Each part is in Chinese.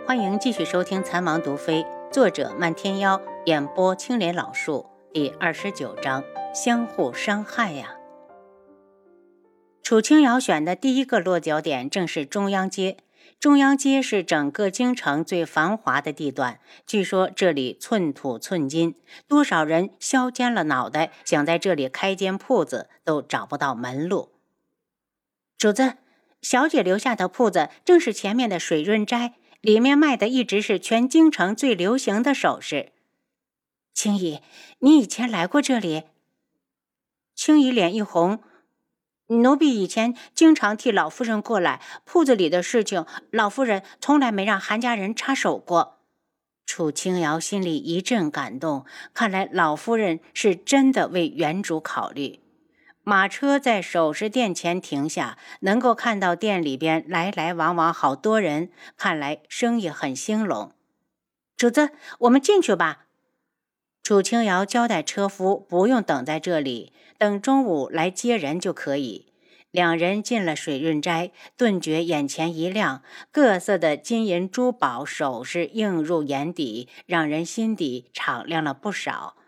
欢迎继续收听《残王毒妃》，作者漫天妖，演播青莲老树，第29章相互伤害呀。楚清瑶选的第一个落脚点正是中央街。中央街是整个京城最繁华的地段，据说这里寸土寸金，多少人削尖了脑袋想在这里开间铺子都找不到门路。主子，小姐留下的铺子正是前面的水润斋，里面卖的一直是全京城最流行的首饰。青姨，你以前来过这里？青姨脸一红，奴婢以前经常替老夫人过来，铺子里的事情，老夫人从来没让韩家人插手过。楚清瑶心里一阵感动，看来老夫人是真的为原主考虑。马车在首饰店前停下，能够看到店里边来来往往好多人，看来生意很兴隆。主子，我们进去吧。楚清瑶交代车夫不用等在这里，等中午来接人就可以。两人进了水润斋，顿觉眼前一亮，各色的金银珠宝首饰映入眼底，让人心底敞亮了不少。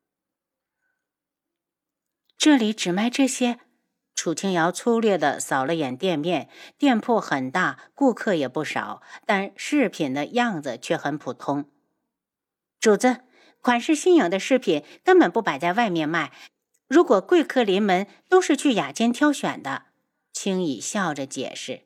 这里只卖这些？楚清瑶粗略地扫了眼店面，店铺很大，顾客也不少，但饰品的样子却很普通。主子，款式新颖的饰品根本不摆在外面卖，如果贵客临门，都是去雅间挑选的。青姨笑着解释。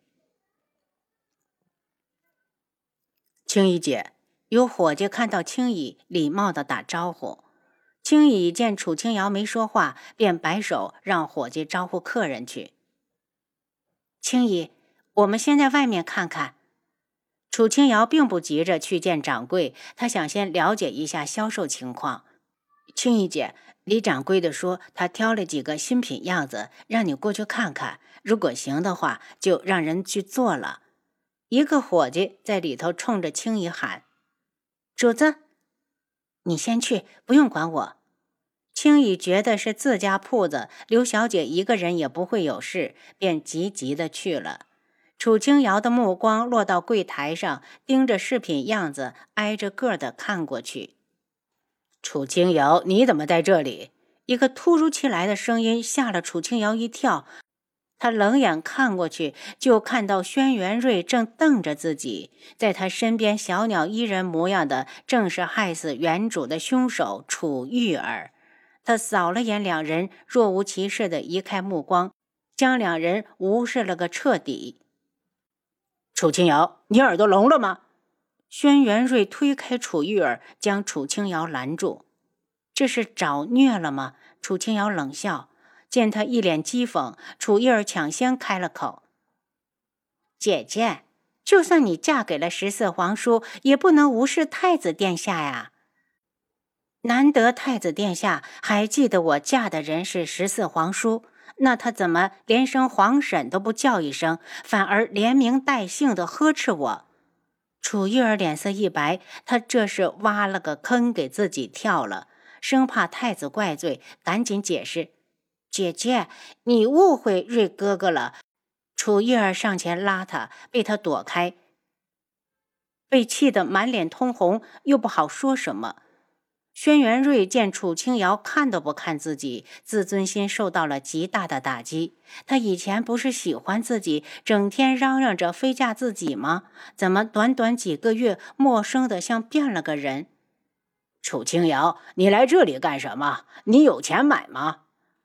青姨姐，有伙计看到青姨，礼貌地打招呼。青姨见楚清瑶没说话，便摆手让伙计招呼客人去。青姨，我们先在外面看看。楚清瑶并不急着去见掌柜，她想先了解一下销售情况。青姨姐，李掌柜的说他挑了几个新品样子，让你过去看看，如果行的话，就让人去做了。一个伙计在里头冲着青姨喊：主子，你先去，不用管我。青姨觉得是自家铺子，刘小姐一个人也不会有事，便急急地去了。楚清瑶的目光落到柜台上，盯着饰品样子，挨着个地看过去。楚清瑶，你怎么在这里？一个突如其来的声音吓了楚清瑶一跳，他冷眼看过去，就看到轩辕睿正瞪着自己，在他身边小鸟依人模样的正是害死原主的凶手楚玉儿。他扫了眼两人，若无其事地移开目光，将两人无视了个彻底。楚清瑶，你耳朵聋了吗？轩辕睿推开楚玉儿，将楚清瑶拦住。这是找虐了吗？楚清瑶冷笑，见他一脸讥讽，楚玉儿抢先开了口：姐姐，就算你嫁给了14皇叔，也不能无视太子殿下呀。难得太子殿下还记得我嫁的人是14皇叔，那他怎么连声皇婶都不叫一声，反而连名带姓地呵斥我？楚玉儿脸色一白，他这是挖了个坑给自己跳了，生怕太子怪罪，赶紧解释：姐姐，你误会瑞哥哥了。楚玉儿上前拉他，被他躲开，被气得满脸通红，又不好说什么。轩辕睿见楚清瑶看都不看自己，自尊心受到了极大的打击。他以前不是喜欢自己，整天嚷嚷着非嫁自己吗？怎么短短几个月，陌生的像变了个人？楚清瑶，你来这里干什么？你有钱买吗？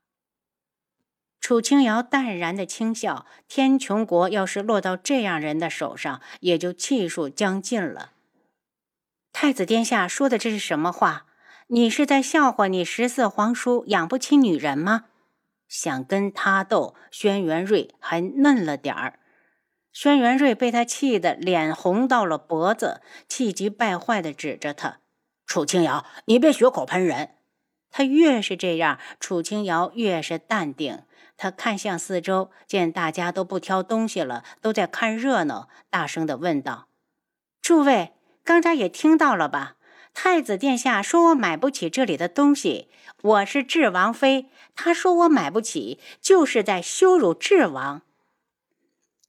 楚清瑶淡然的轻笑，天穹国要是落到这样人的手上，也就气数将尽了。太子殿下说的这是什么话？你是在笑话你14皇叔养不起女人吗？想跟他斗，轩辕睿还嫩了点儿。轩辕睿被他气得脸红到了脖子，气急败坏地指着他：楚清瑶，你别血口喷人。他越是这样，楚清瑶越是淡定。他看向四周，见大家都不挑东西了，都在看热闹，大声地问道：诸位，刚才也听到了吧？太子殿下说我买不起这里的东西，我是智王妃，他说我买不起，就是在羞辱智王。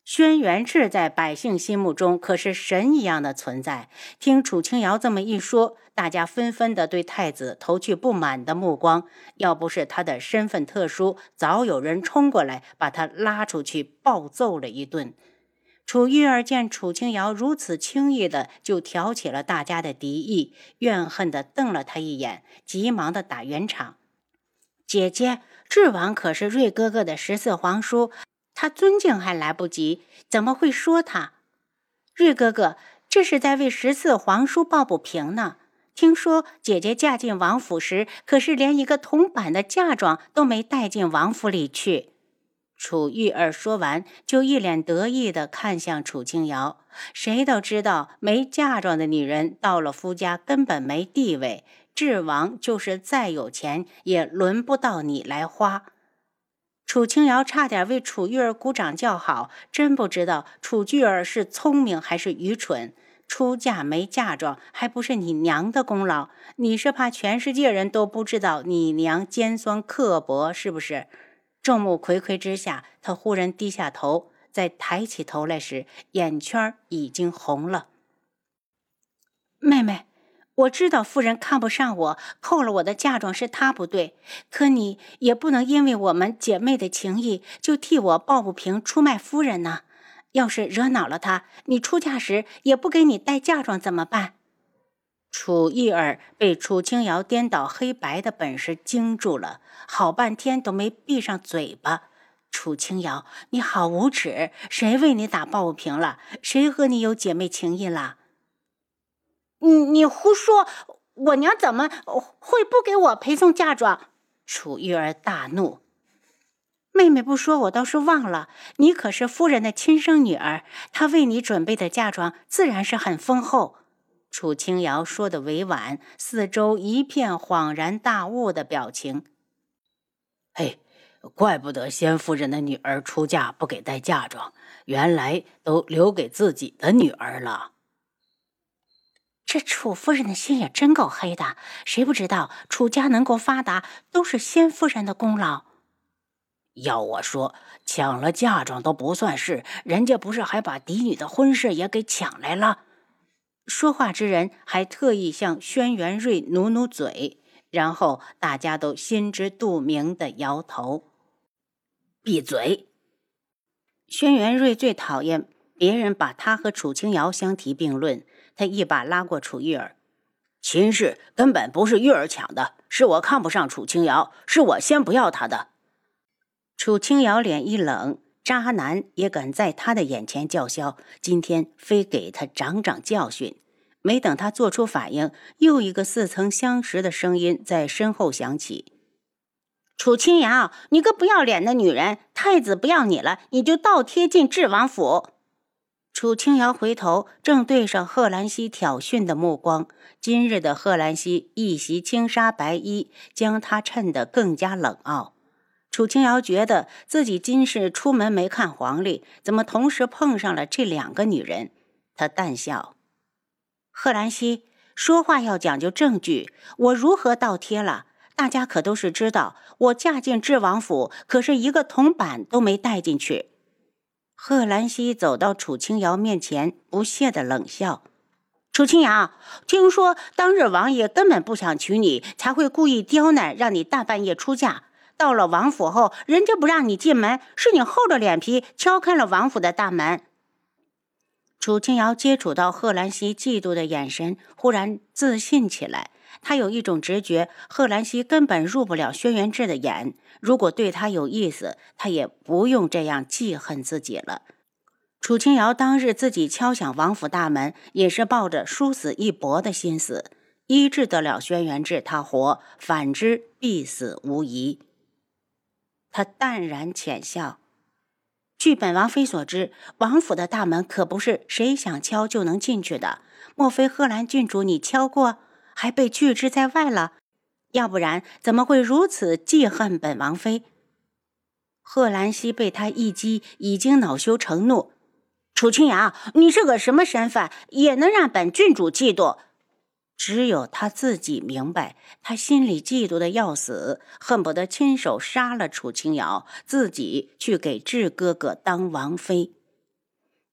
轩辕志在百姓心目中可是神一样的存在，听楚清瑶这么一说，大家纷纷地对太子投去不满的目光。要不是他的身份特殊，早有人冲过来把他拉出去暴揍了一顿。楚玉儿见楚清瑶如此轻易的就挑起了大家的敌意，怨恨地瞪了他一眼，急忙地打圆场：姐姐，智王可是瑞哥哥的14皇叔，他尊敬还来不及，怎么会说他？瑞哥哥，这是在为14皇叔抱不平呢。听说姐姐嫁进王府时，可是连一个铜板的嫁妆都没带进王府里去。楚玉儿说完，就一脸得意地看向楚清瑶。谁都知道，没嫁妆的女人到了夫家根本没地位，智王就是再有钱，也轮不到你来花。楚清瑶差点为楚玉儿鼓掌叫好，真不知道楚玉儿是聪明还是愚蠢。出嫁没嫁妆，还不是你娘的功劳？你是怕全世界人都不知道你娘尖酸刻薄，是不是？众目睽睽之下，他忽然低下头，在抬起头来时，眼圈已经红了。妹妹，我知道夫人看不上我，扣了我的嫁妆是她不对，可你也不能因为我们姐妹的情谊，就替我抱不平出卖夫人呢。要是惹恼了她，你出嫁时也不给你带嫁妆怎么办？楚玉儿被楚清瑶颠倒黑白的本事惊住了，好半天都没闭上嘴巴。楚清瑶，你好无耻！谁为你打抱不平了？谁和你有姐妹情谊了？你胡说！我娘怎么会不给我陪送嫁妆？楚玉儿大怒。妹妹不说，我倒是忘了，你可是夫人的亲生女儿，她为你准备的嫁妆自然是很丰厚。楚清瑶说的委婉，四周一片恍然大悟的表情。嘿，怪不得先夫人的女儿出嫁不给带嫁妆，原来都留给自己的女儿了。这楚夫人的心也真够黑的，谁不知道楚家能够发达都是先夫人的功劳。要我说，抢了嫁妆都不算事，人家不是还把嫡女的婚事也给抢来了？说话之人还特意向轩辕睿努努嘴，然后大家都心知肚明地摇头。闭嘴！轩辕睿最讨厌别人把他和楚清瑶相提并论，他一把拉过楚玉儿。秦氏根本不是玉儿抢的，是我看不上楚清瑶，是我先不要她的。楚清瑶脸一冷，渣男也敢在他的眼前叫嚣，今天非给他长长教训。没等他做出反应，又一个似曾相识的声音在身后响起：楚清瑶，你个不要脸的女人，太子不要你了，你就倒贴进智王府。楚清瑶回头，正对上贺兰溪挑衅的目光。今日的贺兰溪一袭轻纱白衣，将她衬得更加冷傲。楚清瑶觉得自己今世出门没看黄历，怎么同时碰上了这两个女人？她淡笑：贺兰溪，说话要讲究证据，我如何倒贴了？大家可都是知道，我嫁进智王府，可是一个铜板都没带进去。贺兰溪走到楚清瑶面前，不屑地冷笑：楚清瑶，听说当日王爷根本不想娶你，才会故意刁难，让你大半夜出嫁。到了王府后，人家不让你进门，是你厚着脸皮敲开了王府的大门。楚清瑶接触到贺兰溪嫉妒的眼神，忽然自信起来。他有一种直觉，贺兰溪根本入不了轩辕志的眼，如果对他有意思，他也不用这样记恨自己了。楚清瑶当日自己敲响王府大门，也是抱着殊死一搏的心思，医治得了轩辕志他活，反之必死无疑。他淡然浅笑，据本王妃所知，王府的大门可不是谁想敲就能进去的。莫非贺兰郡主你敲过，还被拒之在外了？要不然怎么会如此记恨本王妃？贺兰溪被他一击，已经恼羞成怒。楚清瑶，你是个什么身份，也能让本郡主嫉妒？只有他自己明白，他心里嫉妒的要死，恨不得亲手杀了楚清瑶，自己去给智哥哥当王妃。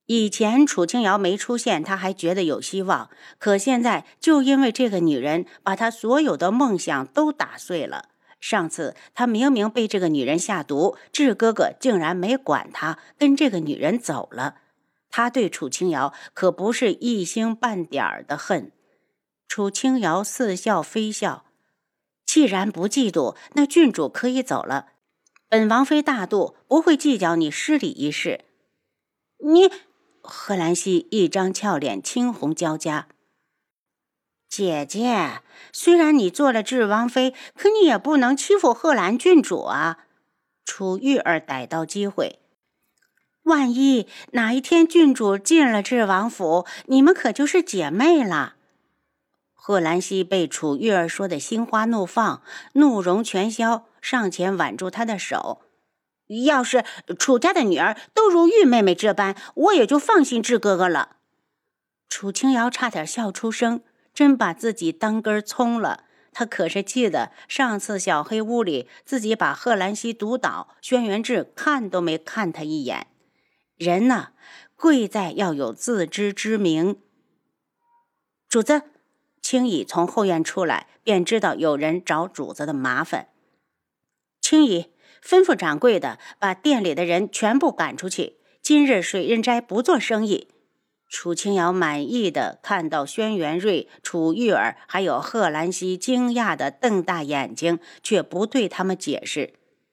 以前楚清瑶没出现，他还觉得有希望，可现在就因为这个女人，把他所有的梦想都打碎了。上次他明明被这个女人下毒，智哥哥竟然没管他，跟这个女人走了。他对楚清瑶可不是一星半点的恨。楚清瑶似笑非笑，既然不嫉妒，那郡主可以走了。本王妃大度，不会计较你失礼一事。你，贺兰溪一张俏脸青红交加。姐姐，虽然你做了智王妃，可你也不能欺负贺兰郡主啊。楚玉儿逮到机会，万一哪一天郡主进了智王府，你们可就是姐妹了。贺兰溪被楚玉儿说的心花怒放，怒容全消，上前挽住她的手。要是楚家的女儿都如玉妹妹这般，我也就放心智哥哥了。楚清瑶差点笑出声，真把自己当根葱了。他可是记得上次小黑屋里自己把贺兰溪毒倒，轩辕志看都没看他一眼。人呢，贵在要有自知之明。主子，青姨从后院出来，便知道有人找主子的麻烦。青姨，吩咐掌柜的把店里的人全部赶出去，今日水刃斋不做生意。楚清瑶满意的看到轩辕瑞、楚玉儿还有贺兰溪惊讶的瞪大眼睛，却不对他们解释。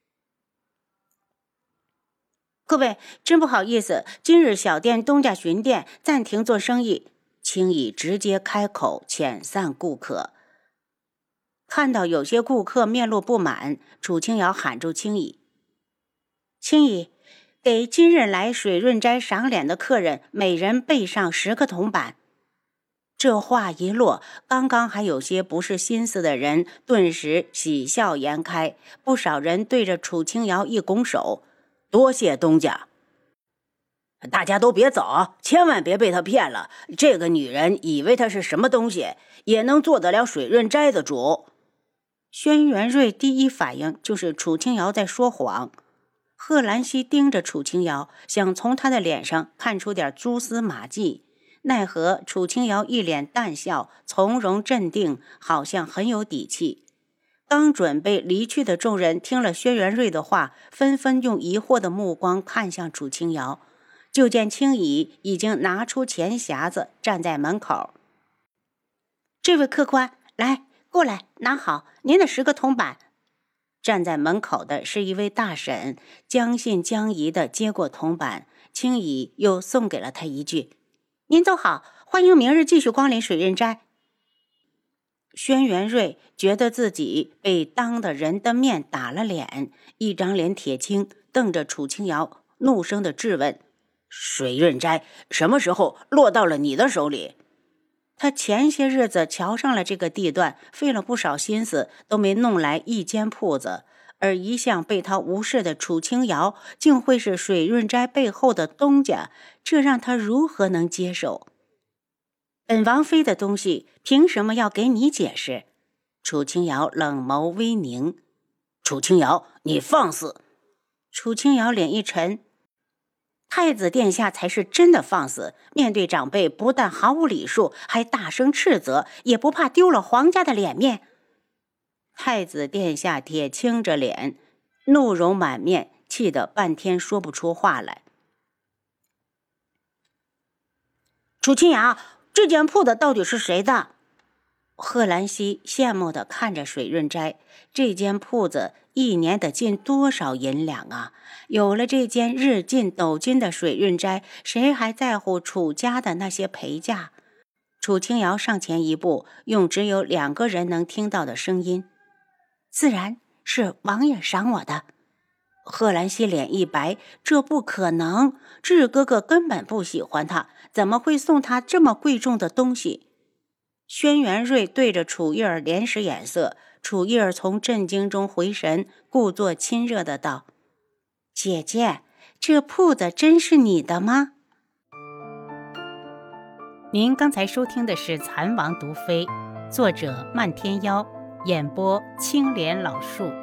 各位，真不好意思，今日小店东家巡店，暂停做生意。青姨直接开口遣散顾客。看到有些顾客面露不满，楚清瑶喊住青姨：“青姨，给今日来水润斋赏脸的客人每人备上10个铜板。”这话一落，刚刚还有些不是心思的人顿时喜笑颜开，不少人对着楚清瑶一拱手：“多谢东家。”大家都别走，千万别被她骗了。这个女人以为她是什么东西，也能做得了水润斋的主。轩辕瑞第一反应就是楚清瑶在说谎。贺兰溪盯着楚清瑶，想从她的脸上看出点蛛丝马迹，奈何楚清瑶一脸淡笑，从容镇定，好像很有底气。刚准备离去的众人听了轩辕瑞的话，纷纷用疑惑的目光看向楚清瑶。就见青姨已经拿出钱匣子，站在门口。这位客官，来，过来，拿好您的10个铜板。站在门口的是一位大婶，将信将疑地接过铜板，青姨又送给了他一句：“您走好，欢迎明日继续光临水刃斋。”轩辕瑞觉得自己被当着人的面打了脸，一张脸铁青，瞪着楚清瑶，怒声地质问：“水润斋什么时候落到了你的手里？”他前些日子瞧上了这个地段，费了不少心思，都没弄来一间铺子，而一向被他无视的楚清瑶，竟会是水润斋背后的东家，这让他如何能接受？本王妃的东西，凭什么要给你解释？楚清瑶冷眸微凝。楚清瑶，你放肆！楚清瑶脸一沉。太子殿下才是真的放肆，面对长辈不但毫无礼数，还大声斥责，也不怕丢了皇家的脸面。太子殿下铁青着脸，怒容满面，气得半天说不出话来。楚清瑶，这间铺子到底是谁的？贺兰溪羡慕地看着水润斋，这间铺子一年得进多少银两啊！有了这间日进斗金的水润斋，谁还在乎楚家的那些陪嫁？楚清瑶上前一步，用只有2个人能听到的声音：“自然是王爷赏我的。”贺兰溪脸一白，这不可能，智哥哥根本不喜欢他，怎么会送他这么贵重的东西？轩辕瑞对着楚玉儿连使眼色，楚玉儿从震惊中回神，故作亲热的道：“姐姐，这铺子真是你的吗？”您刚才收听的是《蚕王毒妃》，作者漫天妖，演播青莲老树。